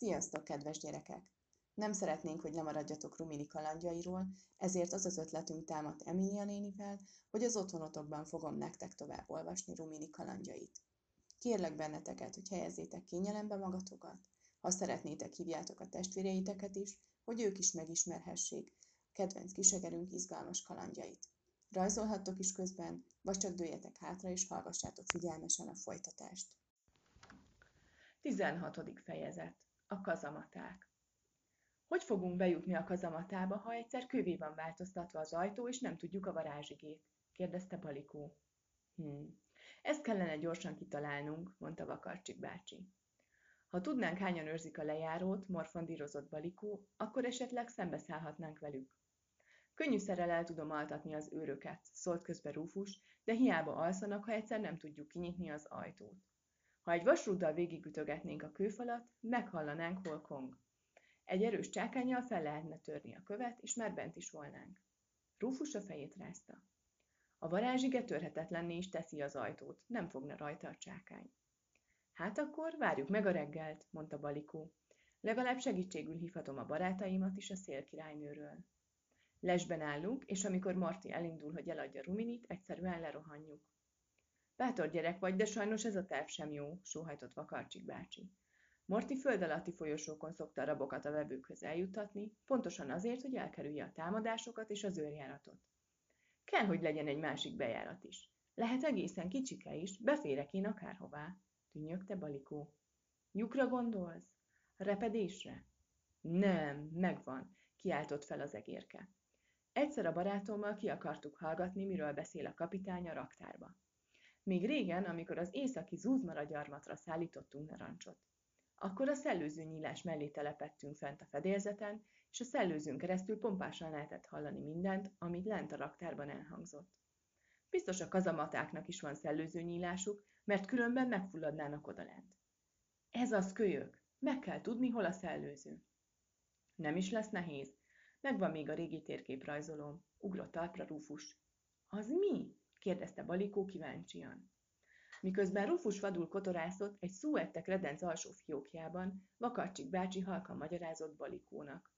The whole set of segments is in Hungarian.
Sziasztok, kedves gyerekek! Nem szeretnénk, hogy lemaradjatok Rumini kalandjairól, ezért az az ötletünk támadt Emilia nénivel, hogy az otthonotokban fogom nektek tovább olvasni Rumini kalandjait. Kérlek benneteket, hogy helyezzétek kényelembe magatokat, ha szeretnétek, hívjátok a testvéreiteket is, hogy ők is megismerhessék kedvenc kisegerünk izgalmas kalandjait. Rajzolhattok is közben, vagy csak dőljetek hátra és hallgassátok figyelmesen a folytatást. 16. fejezet. A kazamaták. Hogy fogunk bejutni a kazamatába, ha egyszer kővé van változtatva az ajtó, és nem tudjuk a varázsigét? Kérdezte Balikó. Ezt kellene gyorsan kitalálnunk, mondta Vakarcsik bácsi. Ha tudnánk, hányan őrzik a lejárót, morfondírozott Balikó, akkor esetleg szembeszállhatnánk velük. Könnyűszerrel el tudom altatni az őröket, szólt közbe Rúfus, de hiába alszanak, ha egyszer nem tudjuk kinyitni az ajtót. Ha egy vasrúddal végigütögetnénk a kőfalat, meghallanánk, hol kong. Egy erős csákánnyal fel lehetne törni a követ, és már bent is volnánk. Rúfus a fejét rázta. A varázsige törhetetlenné is teszi az ajtót, nem fogna rajta a csákány. Hát akkor várjuk meg a reggelt, mondta Balikó. Legalább segítségül hívhatom a barátaimat is a szélkirálynőről. Lesben állunk, és amikor Marti elindul, hogy eladja Ruminit, egyszerűen lerohanjuk. Bátor gyerek vagy, de sajnos ez a terv sem jó, sóhajtott Vakarcsik bácsi. Morty föld alatti folyosókon szokta a rabokat a vevőkhöz eljuttatni, pontosan azért, hogy elkerülje a támadásokat és az őrjáratot. Kell, hogy legyen egy másik bejárat is. Lehet egészen kicsike is, beférek én akárhová, tűnnyögte Balikó. Lyukra gondolsz? Repedésre? Nem, megvan, kiáltott fel az egérke. Egyszer a barátommal ki akartuk hallgatni, miről beszél a kapitány a raktárba. Még régen, amikor az északi zúzmaragyarmatra szállítottunk narancsot. Akkor a szellőző nyílás mellé telepettünk fent a fedélzeten, és a szellőzőn keresztül pompásan lehetett hallani mindent, amit lent a raktárban elhangzott. Biztos a kazamatáknak is van szellőző nyílásuk, mert különben megfulladnának odalent. Ez az, kölyök! Meg kell tudni, hol a szellőző. Nem is lesz nehéz. Megvan még a régi térképrajzolóm. Ugrott talpra Rúfus. Az mi? Kérdezte Balikó kíváncsian. Miközben Rúfus vadul kotorászott egy szúettek redenc alsó fiókjában, Vakarcsik bácsi halkan magyarázott Balikónak.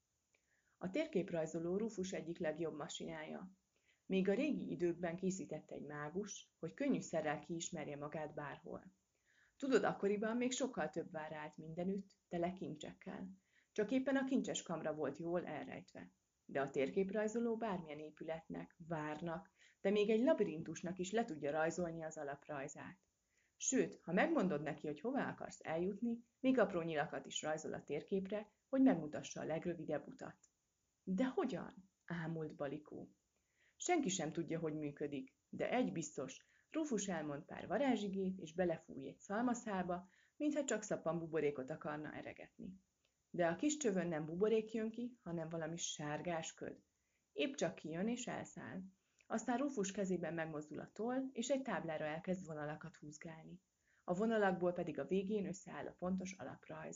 A térképrajzoló Rúfus egyik legjobb masinája. Még a régi időkben készített egy mágus, hogy könnyűszerrel kiismerje magát bárhol. Tudod, akkoriban még sokkal több vár állt mindenütt, tele kincsekkel. Csak éppen a kincses kamra volt jól elrejtve. De a térképrajzoló bármilyen épületnek, várnak, de még egy labirintusnak is le tudja rajzolni az alaprajzát. Sőt, ha megmondod neki, hogy hová akarsz eljutni, még apró nyilakat is rajzol a térképre, hogy megmutassa a legrövidebb utat. De hogyan? Ámult Balikó. Senki sem tudja, hogy működik, de egy biztos, Rúfus elmond pár varázsigét, és belefúj egy szalmaszálba, mintha csak szappan buborékot akarna eregetni. De a kis csövön nem buborék jön ki, hanem valami sárgás köd. Épp csak kijön és elszáll. Aztán Rúfus kezében megmozdul a toll, és egy táblára elkezd vonalakat húzgálni. A vonalakból pedig a végén összeáll a pontos alaprajz.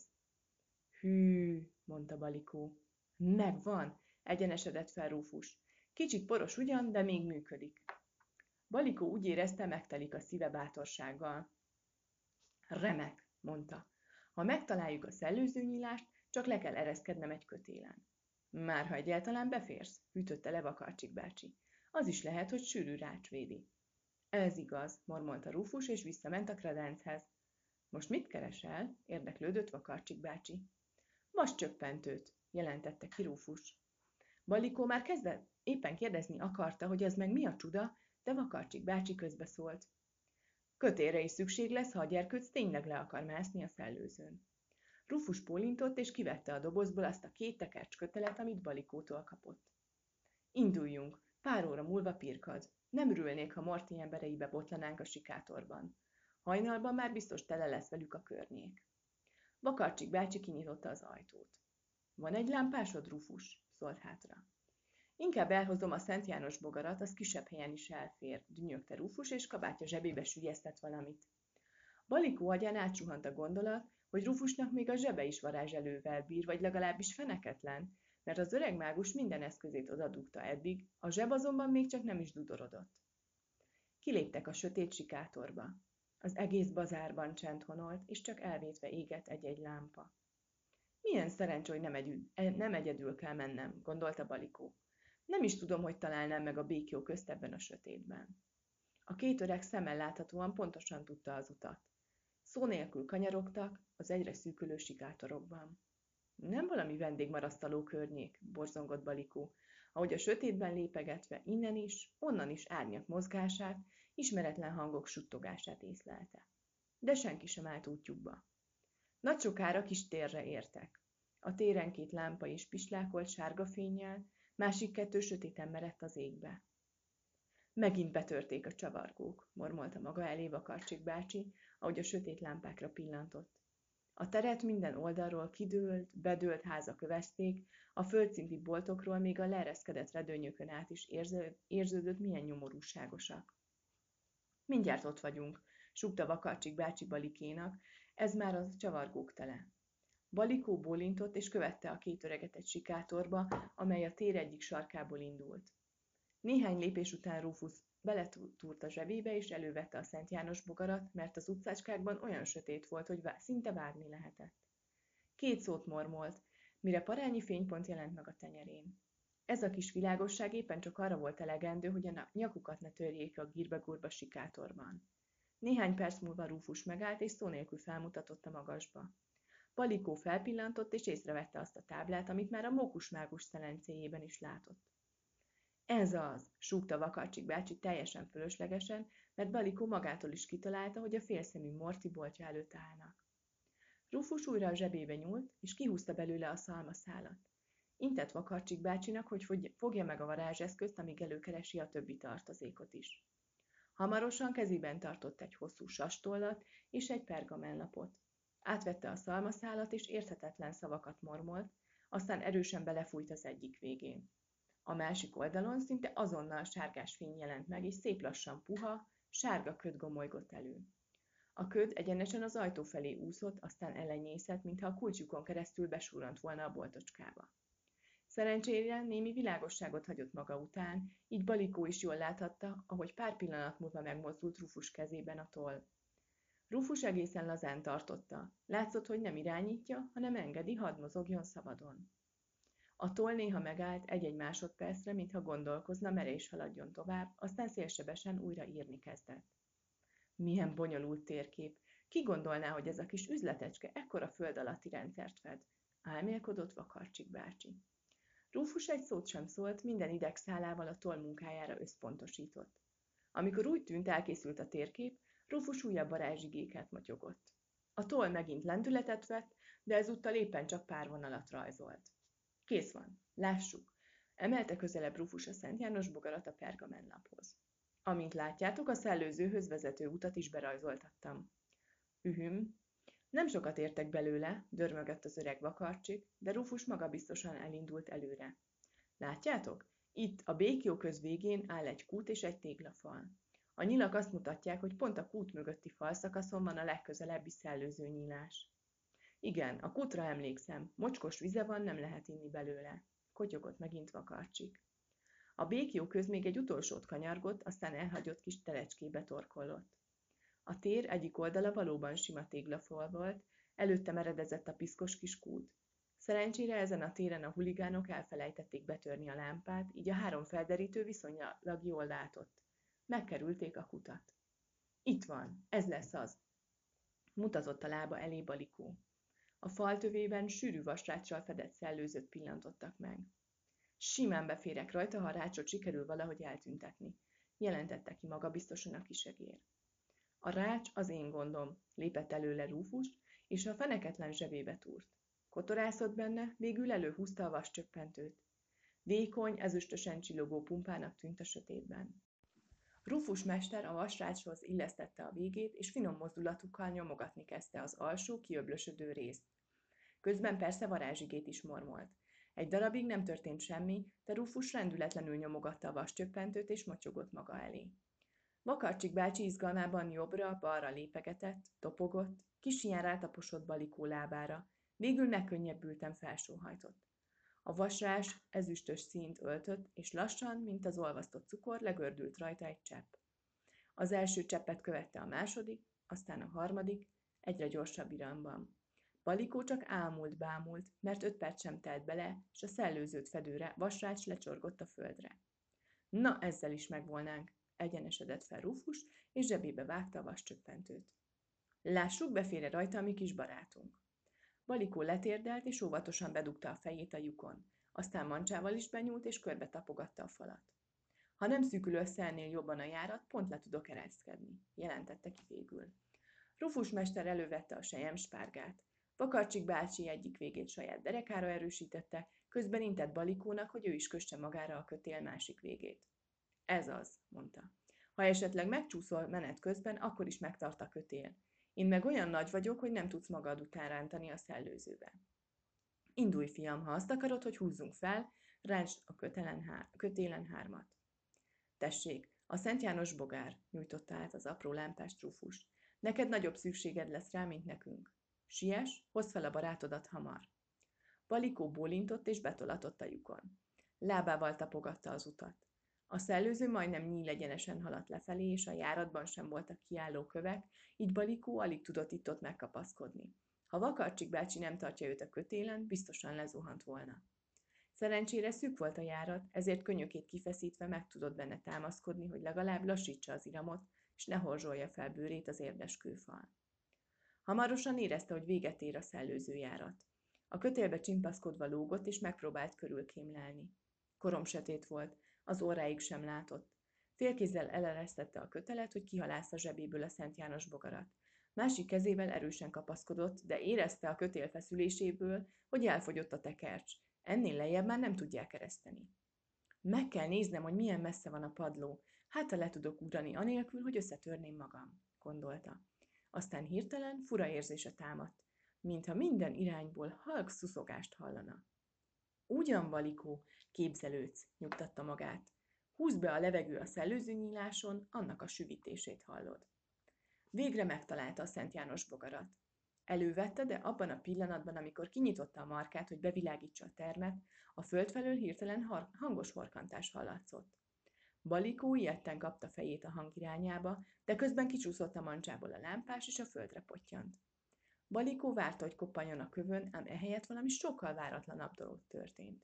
Hű, mondta Balikó. Megvan, egyenesedett fel Rúfus. Kicsit poros ugyan, de még működik. Balikó úgy érezte, megtelik a szíve bátorsággal. Remek, mondta. Ha megtaláljuk a szellőzőnyílást, csak le kell ereszkednem egy kötélen. Már ha egyáltalán beférsz, hűtötte le Vakarcsik bácsi. Az is lehet, hogy sűrű rács védi. Ez igaz, mormolta Rúfus, és visszament a kredenchez. Most mit keresel? Érdeklődött Vakarcsik bácsi. Vascsöppentőt, jelentette ki Rúfus. Balikó már éppen kérdezni akarta, hogy ez meg mi a csuda, de Vakarcsik bácsi közbeszólt. Kötélre is szükség lesz, ha a gyerkőc tényleg le akar mászni a szellőzőn. Rúfus bólintott, és kivette a dobozból azt a 2 tekercs kötelet, amit Balikótól kapott. Induljunk, pár óra múlva pirkad. Nem örülnék, ha Morty embereibe botlanánk a sikátorban. Hajnalban már biztos tele lesz velük a környék. Vakarcsik bácsi kinyitotta az ajtót. Van egy lámpásod, Rúfus? Szólt hátra. Inkább elhozom a Szent János bogarat, az kisebb helyen is elfér, dünnyögte Rúfus, és kabátja zsebébe sülyeztett valamit. Balikó agyán átsuhant a gondolat, hogy Rúfusnak még a zsebe is varázselővel bír, vagy legalábbis feneketlen, mert az öreg mágus minden eszközét odadugta eddig, a zseb azonban még csak nem is dudorodott. Kiléptek a sötét sikátorba. Az egész bazárban csend honolt, és csak elvétve égett egy-egy lámpa. Milyen szerencsé, hogy nem egyedül kell mennem, gondolta Balikó. Nem is tudom, hogy találnám meg a béklyó közt ebben a sötétben. A két öreg szemmel láthatóan pontosan tudta az utat. Szó nélkül kanyarogtak az egyre szűkülő sikátorokban. Nem valami vendégmarasztaló környék, borzongott Balikó, ahogy a sötétben lépegetve innen is, onnan is árnyak mozgását, ismeretlen hangok suttogását észlelte. De senki sem állt útjukba. Nagy sokára kis térre értek. A téren két lámpa is pislákolt sárga fénnyel, másik kettő sötéten merett az égbe. Megint betörték a csavargók, mormolta maga elé Vakarcsik bácsi, ahogy a sötét lámpákra pillantott. A teret minden oldalról kidőlt, bedőlt házak övezték, a földszinti boltokról még a leereszkedett redőnyökön át is érződött, milyen nyomorúságosak. Mindjárt ott vagyunk, súgta Vakarcsik bácsi Balikénak, ez már a csavargók tele. Balikó bólintott és követte a két öreget egy sikátorba, amely a tér egyik sarkából indult. Néhány lépés után Rufus beletúrt a zsebébe és elővette a Szent János bogarat, mert az utcácskákban olyan sötét volt, hogy szinte vágni lehetett. Két szót mormolt, mire parányi fénypont jelent meg a tenyerén. Ez a kis világosság éppen csak arra volt elegendő, hogy a nyakukat ne törjék a gírbe-gurba sikátorban. Néhány perc múlva Rufus megállt és szó nélkül felmutatott a magasba. Balikó felpillantott és észrevette azt a táblát, amit már a mókusmágus szelencéjében is látott. Ez az, súgta Vakarcsik bácsi teljesen fölöslegesen, mert Balikó magától is kitalálta, hogy a félszemű Morty boltja előtt állnak. Rufus újra a zsebébe nyúlt, és kihúzta belőle a szalmaszálat. Intett Vakarcsik bácsinak, hogy fogja meg a varázseszközt, amíg előkeresi a többi tartozékot is. Hamarosan kezében tartott egy hosszú sastollat és egy pergamenlapot. Átvette a szalmaszálat, és érthetetlen szavakat mormolt, aztán erősen belefújt az egyik végén. A másik oldalon szinte azonnal sárgás fény jelent meg, és szép lassan puha, sárga köd gomolygott elő. A köd egyenesen az ajtó felé úszott, aztán elenyészett, mintha a kulcsukon keresztül besúrant volna a boltocskába. Szerencsére némi világosságot hagyott maga után, így Balikó is jól láthatta, ahogy pár pillanat múlva megmozdult Rufus kezében a toll. Rufus egészen lazán tartotta. Látszott, hogy nem irányítja, hanem engedi, hadd mozogjon szabadon. A toll néha megállt egy-egy másodpercre, mintha gondolkozna, merre is haladjon tovább, aztán szélsebesen újra írni kezdett. Milyen bonyolult térkép! Ki gondolná, hogy ez a kis üzletecske ekkora föld alatti rendszert fed? Álmélkodott Vakarcsik bácsi. Rufus egy szót sem szólt, minden idegszálával a toll munkájára összpontosított. Amikor úgy tűnt, elkészült a térkép, Rufus újabb varázsigéket motyogott. A toll megint lendületet vett, de ezúttal éppen csak pár vonalat rajzolt. Kész van, lássuk! Emelte közelebb Rufus a Szent János bogarat a pergamenlaphoz. Amint látjátok, a szellőzőhöz vezető utat is berajzoltattam. Nem sokat értek belőle, dörmögött az öreg Vakarcsik, de Rufus magabiztosan elindult előre. Látjátok? Itt a béklyó köz végén áll egy kút és egy téglafal. A nyilak azt mutatják, hogy pont a kút mögötti falszakaszon van a legközelebbi szellőző nyílás. Igen, a kútra emlékszem, mocskos vize van, nem lehet inni belőle, kotyogott megint Vakarcsik. A béklyó köz még egy utolsót kanyargott, aztán elhagyott kis telecskébe torkollott. A tér egyik oldala valóban sima téglafal volt, előtte meredezett a piszkos kis kút. Szerencsére ezen a téren a huligánok elfelejtették betörni a lámpát, így a három felderítő viszonylag jól látott. Megkerülték a kutat. Itt van, ez lesz az, mutatott a lába elé Balikó. A fal tövében sűrű vasráccsal fedett szellőzőt pillantottak meg. Simán beférek rajta, ha a rácsot sikerül valahogy eltüntetni, jelentette ki magabiztosan a kisegér. A rács az én gondom, lépett előle Rufus, és a feneketlen zsebébe túrt. Kotorászott benne, végül előhúzta a vascsöppentőt. Vékony, ezüstösen csillogó pumpának tűnt a sötétben. Rufus mester a vasrácshoz illesztette a végét, és finom mozdulatukkal nyomogatni kezdte az alsó, kiöblösödő részt. Közben persze varázsigét is mormolt. Egy darabig nem történt semmi, de Rufus rendületlenül nyomogatta a vascsöppentőt, és motyogott maga elé. Vakarcsik bácsi izgalmában jobbra-balra lépegetett, topogott, kis ilyen rátaposott Balikó lábára, végül megkönnyebbülten felsóhajtott. A vasrás ezüstös színt öltött, és lassan, mint az olvasztott cukor, legördült rajta egy csepp. Az első cseppet követte a második, aztán a harmadik, egyre gyorsabb iramban. Balikó csak ámult-bámult, mert 5 perc sem telt bele, és a szellőzőt fedőre vasrács lecsorgott a földre. Na, ezzel is megvolnánk, egyenesedett fel Rufus, és zsebébe vágta a vascsöppentőt. Lássuk, befér rajta a mi kis barátunk. Balikó letérdelt, és óvatosan bedugta a fejét a lyukon. Aztán mancsával is benyúlt, és körbe tapogatta a falat. Ha nem szűkül össze ennél jobban a járat, pont le tudok ereszkedni, jelentette ki végül. Rufus mester elővette a selyemspárgát. Vakarcsik bácsi egyik végét saját derekára erősítette, közben intett Balikónak, hogy ő is kösse magára a kötél másik végét. Ez az, mondta. Ha esetleg megcsúszol menet közben, akkor is megtart a kötél. Én meg olyan nagy vagyok, hogy nem tudsz magad után rántani a szellőzőbe. Indulj, fiam, ha azt akarod, hogy húzzunk fel, rántsd a kötélen 3. Tessék, a Szent János bogár, nyújtotta át az apró lámpást Rufus. Neked nagyobb szükséged lesz rá, mint nekünk. Siess, hozd fel a barátodat hamar. Balikó bólintott és betolatott a lyukon. Lábával tapogatta az utat. A szellőző majdnem nyílegyenesen haladt lefelé, és a járatban sem voltak kiálló kövek, így Balikó alig tudott itt-ott megkapaszkodni. Ha Vakarcsik bácsi nem tartja őt a kötélen, biztosan lezuhant volna. Szerencsére szűk volt a járat, ezért könnyökét kifeszítve meg tudott benne támaszkodni, hogy legalább lassítsa az iramot, és ne horzsolja fel bőrét az érdes kőfal. Hamarosan érezte, hogy véget ér a szellőzőjárat. A kötélbe csimpaszkodva lógott, és megpróbált körülkémlelni. Koromsötét volt, az óráig sem látott. Félkézzel eleresztette a kötelet, hogy kihalásza zsebéből a Szent János bogarat. Másik kezével erősen kapaszkodott, de érezte a kötél feszüléséből, hogy elfogyott a tekercs. Ennél lejjebb már nem tudják ereszteni. Meg kell néznem, hogy milyen messze van a padló. Hát, ha le tudok ugrani anélkül, hogy összetörném magam, gondolta. Aztán hirtelen fura érzése támadt, mintha minden irányból halk szuszogást hallana. Ugyan, Balikó, képzelődsz, nyugtatta magát. Húzd be a levegő a szellőzőnyíláson, annak a süvítését hallod. Végre megtalálta a Szent János bogarat. Elővette, de abban a pillanatban, amikor kinyitotta a markát, hogy bevilágítsa a termet, a föld felől hirtelen hangos horkantás hallatszott. Balikó ijedten kapta fejét a hang irányába, de közben kicsúszott a mancsából a lámpás, és a földre pottyant. Balikó várta, hogy koppanjon a kövön, ám ehelyett valami sokkal váratlanabb dolog történt.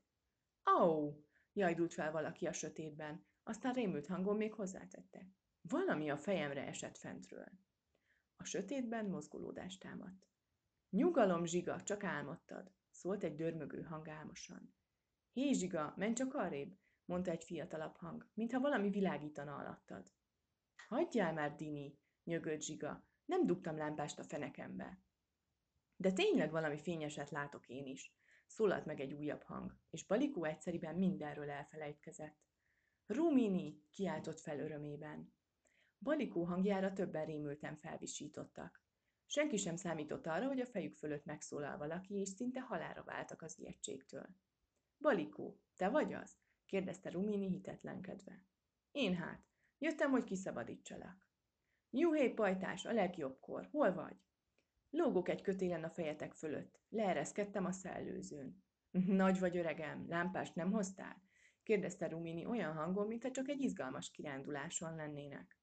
Au! Jajdult fel valaki a sötétben, aztán rémült hangon még hozzátette. Valami a fejemre esett fentről. A sötétben mozgolódást támadt. Nyugalom, Zsiga, csak álmodtad, szólt egy dörmögő hang álmosan. Hé, Zsiga, menj csak arrébb, mondta egy fiatalabb hang, mintha valami világítana alattad. Hagyjál már, Dini, nyögött Zsiga, nem dugtam lámpást a fenekembe. De tényleg valami fényeset látok én is, szólalt meg egy újabb hang, és Balikó egyszeriben mindenről elfelejtkezett. Rumini, kiáltott fel örömében. Balikó hangjára többen rémülten felvisítottak. Senki sem számított arra, hogy a fejük fölött megszólal valaki, és szinte halálra váltak az ijegységtől. Balikó, te vagy az? kérdezte Rumini hitetlenkedve. Én hát, jöttem, hogy kiszabadítsalak. Juhé, pajtás, a legjobbkor, hol vagy? Lógok egy kötélen a fejetek fölött, leereszkedtem a szellőzőn. Nagy vagy, öregem, lámpást nem hoztál? kérdezte Rumini olyan hangon, mintha csak egy izgalmas kiránduláson lennének.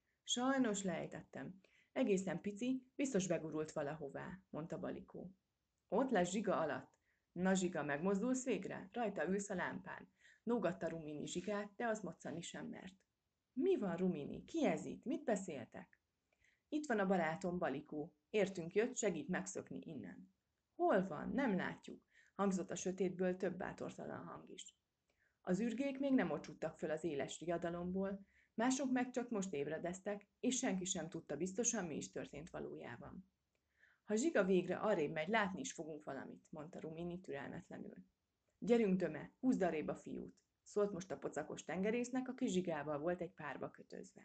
Sajnos lejtettem. Egészen pici, biztos begurult valahová, mondta Balikó. Ott lesz Zsiga alatt. Na, Zsiga, megmozdulsz végre? Rajta ülsz a lámpán. Nógatta Rumini Zsigát, de az moccani sem mert. Mi van, Rumini? Ki ez itt? Mit beszéltek? Itt van a barátom, Balikó. Értünk jött, segít megszökni innen. Hol van? Nem látjuk, hangzott a sötétből több bátortalan hang is. Az ürgék még nem ocsuttak föl az éles riadalomból, mások meg csak most ébredeztek, és senki sem tudta biztosan, mi is történt valójában. Ha Zsiga végre arrébb megy, látni is fogunk valamit, mondta Rumini türelmetlenül. Gyerünk, Döme, húzd arrébb a fiút, szólt most a pocakos tengerésznek, aki Zsigával volt egy párba kötözve.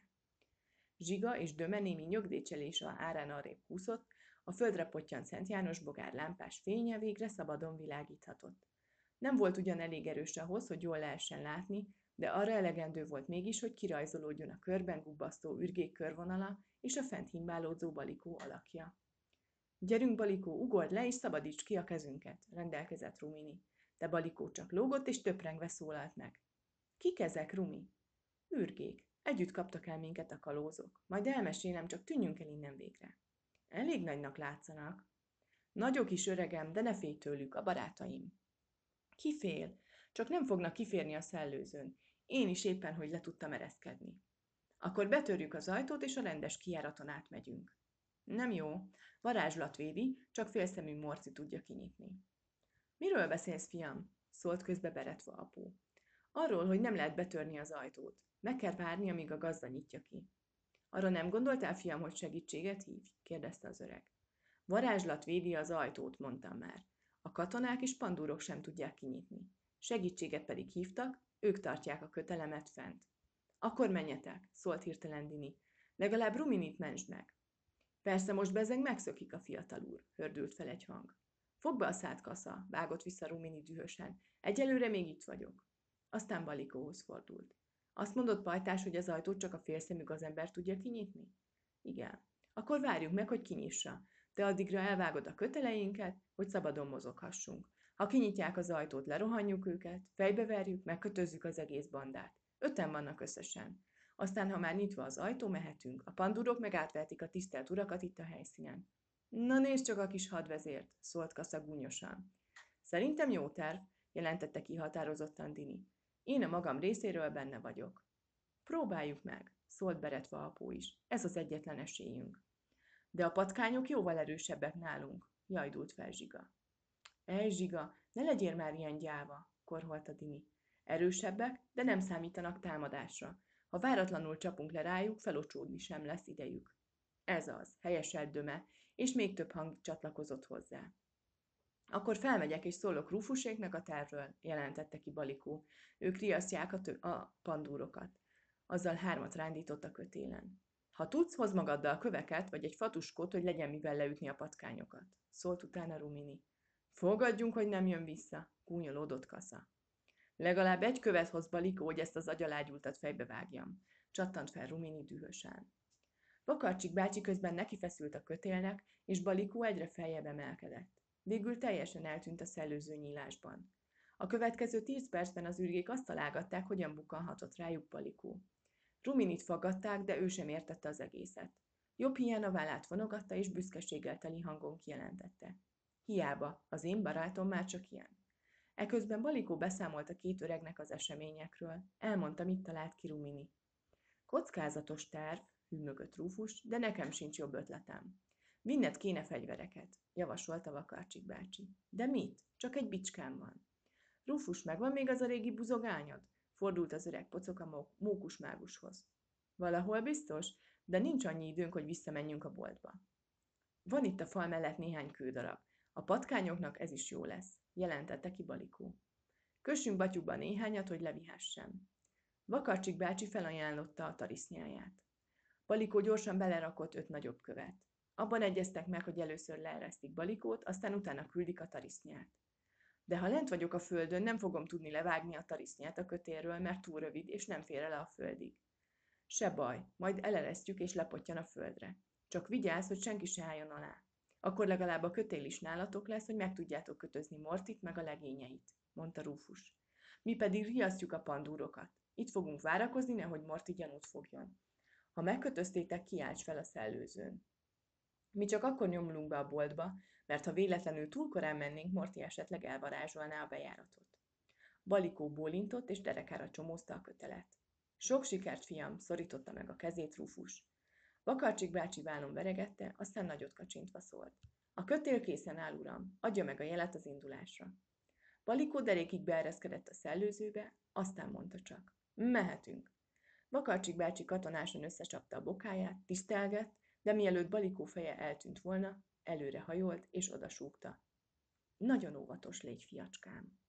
Zsiga és Döme némi nyögdécselés árán arrébb húzott, a földre pottyant Szent János bogár lámpás fénye végre szabadon világíthatott. Nem volt ugyan elég erős ahhoz, hogy jól lehessen látni, de arra elegendő volt mégis, hogy kirajzolódjon a körben gubbasztó ürgék körvonala és a fent himbálódzó Balikó alakja. Gyerünk, Balikó, ugorj le és szabadíts ki a kezünket, rendelkezett Rumini. De Balikó csak lógott és töprengve szólalt meg. Kik ezek, Rumi? Ürgék. Együtt kaptak el minket a kalózok. Majd elmesélem, csak tűnjünk el innen végre. Elég nagynak látszanak. Nagyok is, öregem, de ne félj tőlük, a barátaim. Ki fél? Csak nem fognak kiférni a szellőzőn. Én is éppen, hogy le tudtam ereszkedni. Akkor betörjük az ajtót, és a rendes kijáraton átmegyünk. Nem jó. Varázslat védi, csak félszemű Morci tudja kinyitni. Miről beszélsz, fiam? Szólt közbe Beretva apu. Arról, hogy nem lehet betörni az ajtót. Meg kell várni, amíg a gazda nyitja ki. Arra nem gondoltál, fiam, hogy segítséget hívj? Kérdezte az öreg. Varázslat védi az ajtót, mondtam már. A katonák és pandúrok sem tudják kinyitni. Segítséget pedig hívtak, ők tartják a kötelemet fent. Akkor menjetek, szólt hirtelen Dini. Legalább Ruminit mentsd meg. Persze most bezeg megszökik a fiatal úr, hördült fel egy hang. Fogd be a szád, kasza, vágott vissza Rumini dühösen. Egyelőre még itt vagyok. Aztán Balikóhoz fordult. Azt mondott pajtás, hogy az ajtót csak a félszemű gazember tudja kinyitni? Igen. Akkor várjuk meg, hogy kinyissa. Te addigra elvágod a köteleinket, hogy szabadon mozoghassunk. Ha kinyitják az ajtót, lerohanjuk őket, fejbeverjük, megkötözzük az egész bandát. 5-en vannak összesen. Aztán, ha már nyitva az ajtó, mehetünk. A pandurok meg átvehetik a tisztelt urakat itt a helyszínen. Na nézd csak a kis hadvezért, szólt Kasza gúnyosan. Szerintem jó terv, jelentette ki határozottan Dini. Én a magam részéről benne vagyok. Próbáljuk meg, szólt Beretva apó is. Ez az egyetlen esélyünk. De a patkányok jóval erősebbek nálunk, jajdult fel Zsiga. Zsiga, ne legyél már ilyen gyáva, korholta Dini. Erősebbek, de nem számítanak támadásra. Ha váratlanul csapunk le rájuk, felocsódni sem lesz idejük. Ez az, helyeselt Döme, és még több hang csatlakozott hozzá. Akkor felmegyek és szólok Rúfuséknak a tervről, jelentette ki Balikó. Ők riasztják a pandúrokat. Azzal 3 rándított a kötélen. Ha tudsz, hozd magaddal köveket, vagy egy fatuskót, hogy legyen mivel leütni a patkányokat, szólt utána Rumini. Fogadjunk, hogy nem jön vissza, gúnyolódott Kasza. Legalább egy követ hoz Balikó, hogy ezt az agyalágyultat fejbevágjam, csattant fel Rumini dühösen. Vakarcsik bácsi közben nekifeszült a kötélnek, és Balikó egyre feljebb emelkedett. Végül teljesen eltűnt a szellőző nyílásban. A következő 10 percben az ürgék azt találgatták, hogyan bukkanhatott rájuk Balikó. Ruminit faggatták, de ő sem értette az egészet. Jobb hiány a vállát vonogatta, és büszkeséggel teli hangon kijelentette. Hiába, az én barátom már csak ilyen. Eközben Balikó beszámolt a 2 öregnek az eseményekről. Elmondta, mit talált ki Rumini. Kockázatos terv, hűmögött Rúfus, de nekem sincs jobb ötletem. Vinned kéne fegyvereket, javasolta Vakarcsik bácsi. De mit? Csak egy bicskám van. Rúfus, megvan még az a régi buzogányod? Fordult az öreg pocok a mókusmágushoz. Valahol biztos, de nincs annyi időnk, hogy visszamenjünk a boltba. Van itt a fal mellett néhány kődarab. A patkányoknak ez is jó lesz, jelentette ki Balikó. Kössünk batyukba néhányat, hogy levihessen. Vakarcsik bácsi felajánlotta a tarisznyáját. Balikó gyorsan belerakott 5 nagyobb követ. Abban egyeztek meg, hogy először leeresztik Balikót, aztán utána küldik a tarisznyát. De ha lent vagyok a földön, nem fogom tudni levágni a tarisznyát a kötélről, mert túl rövid, és nem fér el a földig. Se baj, majd eleresztjük, és lepottyan a földre. Csak vigyázz, hogy senki se álljon alá. Akkor legalább a kötél is nálatok lesz, hogy meg tudjátok kötözni Mortit meg a legényeit, mondta Rúfus. Mi pedig riasztjuk a pandúrokat. Itt fogunk várakozni, nehogy Morti gyanút fogjon. Ha megkötöztétek, kiálts fel a szellőzőn. Mi csak akkor nyomulunk be a boltba, mert ha véletlenül túl korán mennénk, Morti esetleg elvarázsolná a bejáratot. Balikó bólintott, és derekára csomózta a kötelet. Sok sikert, fiam, szorította meg a kezét Rúfus. Vakarcsik bácsi vállon veregette, aztán nagyot kacsintva szólt. A kötél készen áll, uram, adja meg a jelet az indulásra. Balikó derékig beereszkedett a szellőzőbe, aztán mondta csak. Mehetünk. Vakarcsik bácsi katonásan összecsapta a bokáját, tisztelgett, de mielőtt Balikó feje eltűnt volna, előre hajolt és odasúgta. Nagyon óvatos légy, fiacskám.